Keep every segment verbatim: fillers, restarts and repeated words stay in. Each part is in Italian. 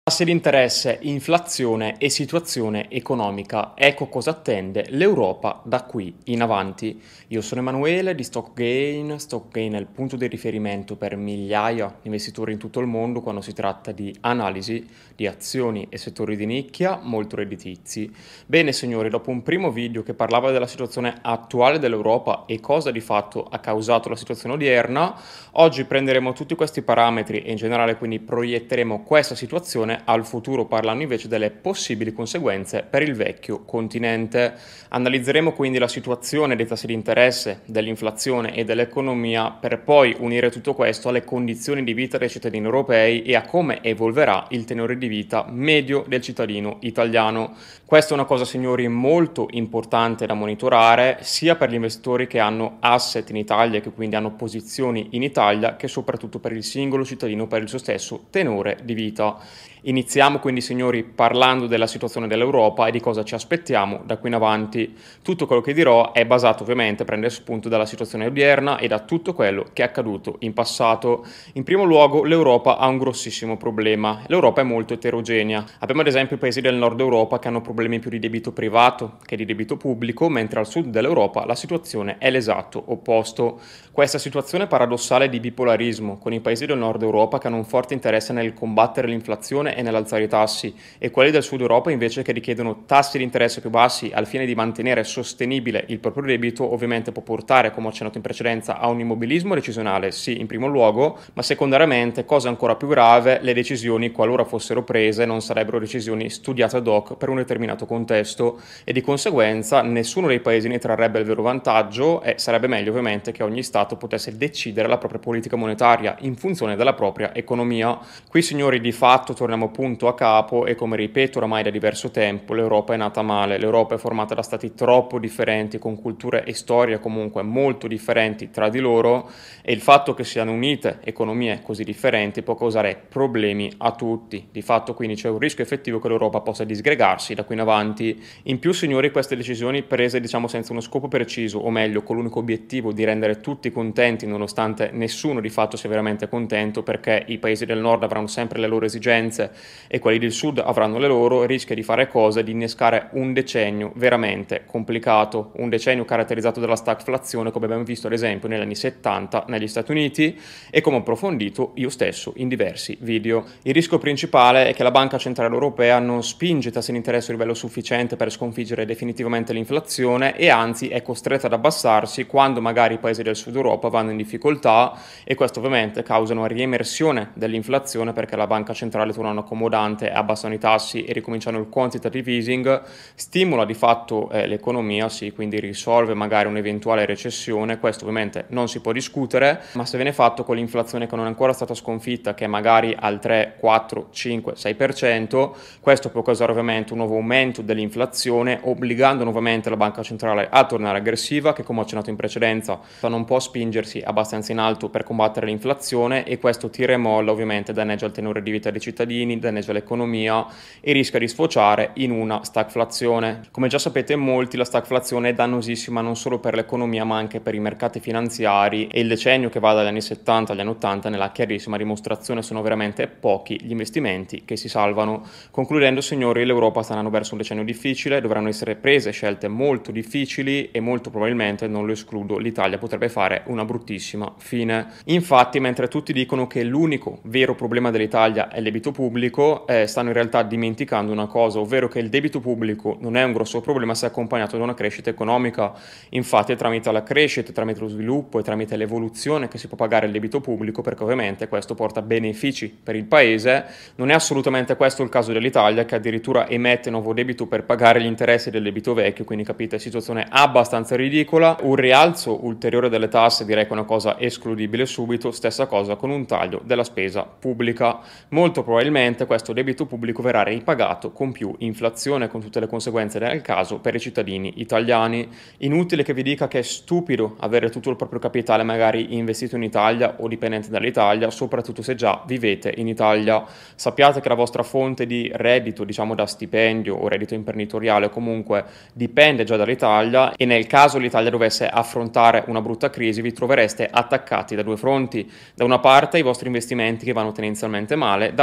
Tassi di interesse, inflazione e situazione economica. Ecco cosa attende l'Europa da qui in avanti. Io sono Emanuele di StockGain. StockGain è il punto di riferimento per migliaia di investitori in tutto il mondo quando si tratta di analisi di azioni e settori di nicchia molto redditizi. Bene signori, dopo un primo video che parlava della situazione attuale dell'Europa e cosa di fatto ha causato la situazione odierna, oggi prenderemo tutti questi parametri e in generale quindi proietteremo questa situazione al futuro, parlando invece delle possibili conseguenze per il vecchio continente. Analizzeremo quindi la situazione dei tassi di interesse, dell'inflazione e dell'economia per poi unire tutto questo alle condizioni di vita dei cittadini europei e a come evolverà il tenore di vita medio del cittadino italiano. Questa è una cosa, signori, molto importante da monitorare sia per gli investitori che hanno asset in Italia e che quindi hanno posizioni in Italia, che soprattutto per il singolo cittadino, per il suo stesso tenore di vita. Iniziamo quindi, signori, parlando della situazione dell'Europa e di cosa ci aspettiamo da qui in avanti. Tutto quello che dirò è basato ovviamente, prende spunto dalla situazione odierna e da tutto quello che è accaduto in passato. In primo luogo, l'Europa ha un grossissimo problema. L'Europa è molto eterogenea. Abbiamo ad esempio i paesi del nord Europa che hanno problemi più di debito privato che di debito pubblico, mentre al sud dell'Europa la situazione è l'esatto opposto. Questa situazione paradossale di bipolarismo, con i paesi del nord Europa che hanno un forte interesse nel combattere l'inflazione e nell'alzare i tassi, e quelli del sud Europa invece che richiedono tassi di interesse più bassi al fine di mantenere sostenibile il proprio debito, ovviamente può portare, come ho accennato in precedenza, a un immobilismo decisionale, sì, in primo luogo, ma secondariamente, cosa ancora più grave, le decisioni, qualora fossero prese, non sarebbero decisioni studiate ad hoc per un determinato contesto e di conseguenza nessuno dei paesi ne trarrebbe il vero vantaggio e sarebbe meglio ovviamente che ogni Stato potesse decidere la propria politica monetaria in funzione della propria economia. Qui, signori, di fatto torniamo punto a capo e, come ripeto oramai da diverso tempo, l'Europa è nata male. L'Europa è formata da stati troppo differenti, con culture e storie comunque molto differenti tra di loro, e il fatto che siano unite economie così differenti può causare problemi a tutti. Di fatto quindi c'è un rischio effettivo che l'Europa possa disgregarsi da qui in avanti. In più, signori, queste decisioni prese diciamo senza uno scopo preciso, o meglio con l'unico obiettivo di rendere tutti contenti nonostante nessuno di fatto sia veramente contento, perché i paesi del nord avranno sempre le loro esigenze e quelli del sud avranno le loro, rischia di fare cosa? Di innescare un decennio veramente complicato, un decennio caratterizzato dalla stagflazione, come abbiamo visto ad esempio negli anni settanta negli Stati Uniti e come ho approfondito io stesso in diversi video. Il rischio principale è che la Banca Centrale Europea non spinge i tassi di interesse a livello sufficiente per sconfiggere definitivamente l'inflazione e anzi è costretta ad abbassarsi quando magari i paesi del sud Europa vanno in difficoltà, e questo ovviamente causa una riemersione dell'inflazione perché la Banca Centrale torna accomodante, abbassano i tassi e ricominciano il quantitative easing, stimola di fatto eh, l'economia, sì, quindi risolve magari un'eventuale recessione. Questo ovviamente non si può discutere, ma se viene fatto con l'inflazione che non è ancora stata sconfitta, che è magari al tre, quattro, cinque, sei per cento, questo può causare ovviamente un nuovo aumento dell'inflazione, obbligando nuovamente la banca centrale a tornare aggressiva, che come ho accennato in precedenza non può spingersi abbastanza in alto per combattere l'inflazione, e questo tira e molla ovviamente danneggia il tenore di vita dei cittadini, danneggia l'economia e rischia di sfociare in una stagflazione. Come già sapete molti, la stagflazione è dannosissima non solo per l'economia ma anche per i mercati finanziari, e il decennio che va dagli anni settanta agli anni ottanta nella chiarissima dimostrazione. Sono veramente pochi gli investimenti che si salvano. Concludendo, signori, l'Europa sta andando verso un decennio difficile, dovranno essere prese scelte molto difficili e molto probabilmente, non lo escludo, l'Italia potrebbe fare una bruttissima fine. Infatti, mentre tutti dicono che l'unico vero problema dell'Italia è il debito pubblico, Eh, stanno in realtà dimenticando una cosa, ovvero che il debito pubblico non è un grosso problema se accompagnato da una crescita economica. Infatti è tramite la crescita, tramite lo sviluppo e tramite l'evoluzione che si può pagare il debito pubblico, perché ovviamente questo porta benefici per il paese. Non è assolutamente questo il caso dell'Italia, che addirittura emette nuovo debito per pagare gli interessi del debito vecchio, quindi capite, situazione abbastanza ridicola. Un rialzo ulteriore delle tasse direi che è una cosa escludibile subito, stessa cosa con un taglio della spesa pubblica. Molto probabilmente questo debito pubblico verrà ripagato con più inflazione, con tutte le conseguenze nel caso per i cittadini italiani. Inutile che vi dica che è stupido avere tutto il proprio capitale magari investito in Italia o dipendente dall'Italia, soprattutto se già vivete in Italia. Sappiate che la vostra fonte di reddito, diciamo da stipendio o reddito imprenditoriale comunque, dipende già dall'Italia, e nel caso l'Italia dovesse affrontare una brutta crisi vi trovereste attaccati da due fronti: da una parte i vostri investimenti che vanno tendenzialmente male, dall'altra la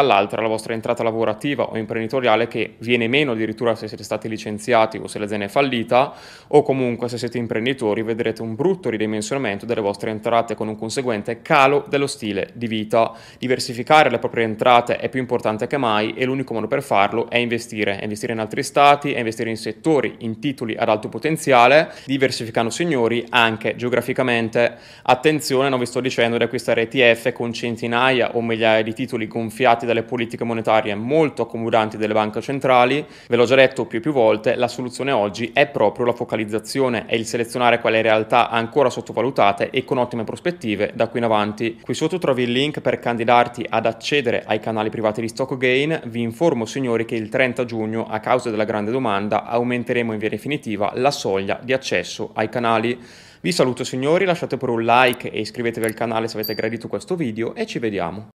vostra entrata lavorativa o imprenditoriale, che viene meno addirittura se siete stati licenziati o se l'azienda è fallita, o comunque se siete imprenditori vedrete un brutto ridimensionamento delle vostre entrate con un conseguente calo dello stile di vita. Diversificare le proprie entrate è più importante che mai e l'unico modo per farlo è investire, è investire in altri stati, è investire in settori, in titoli ad alto potenziale, diversificando, signori, anche geograficamente. Attenzione, non vi sto dicendo di acquistare E T F con centinaia o migliaia di titoli gonfiati dalle politiche monetarie molto accomodanti delle banche centrali. Ve l'ho già detto più e più volte, la soluzione oggi è proprio la focalizzazione e il selezionare quelle realtà ancora sottovalutate e con ottime prospettive da qui in avanti. Qui sotto trovi il link per candidarti ad accedere ai canali privati di StockGain. Vi informo, signori, che il trenta giugno, a causa della grande domanda, aumenteremo in via definitiva la soglia di accesso ai canali. Vi saluto, signori, lasciate pure un like e iscrivetevi al canale se avete gradito questo video e ci vediamo.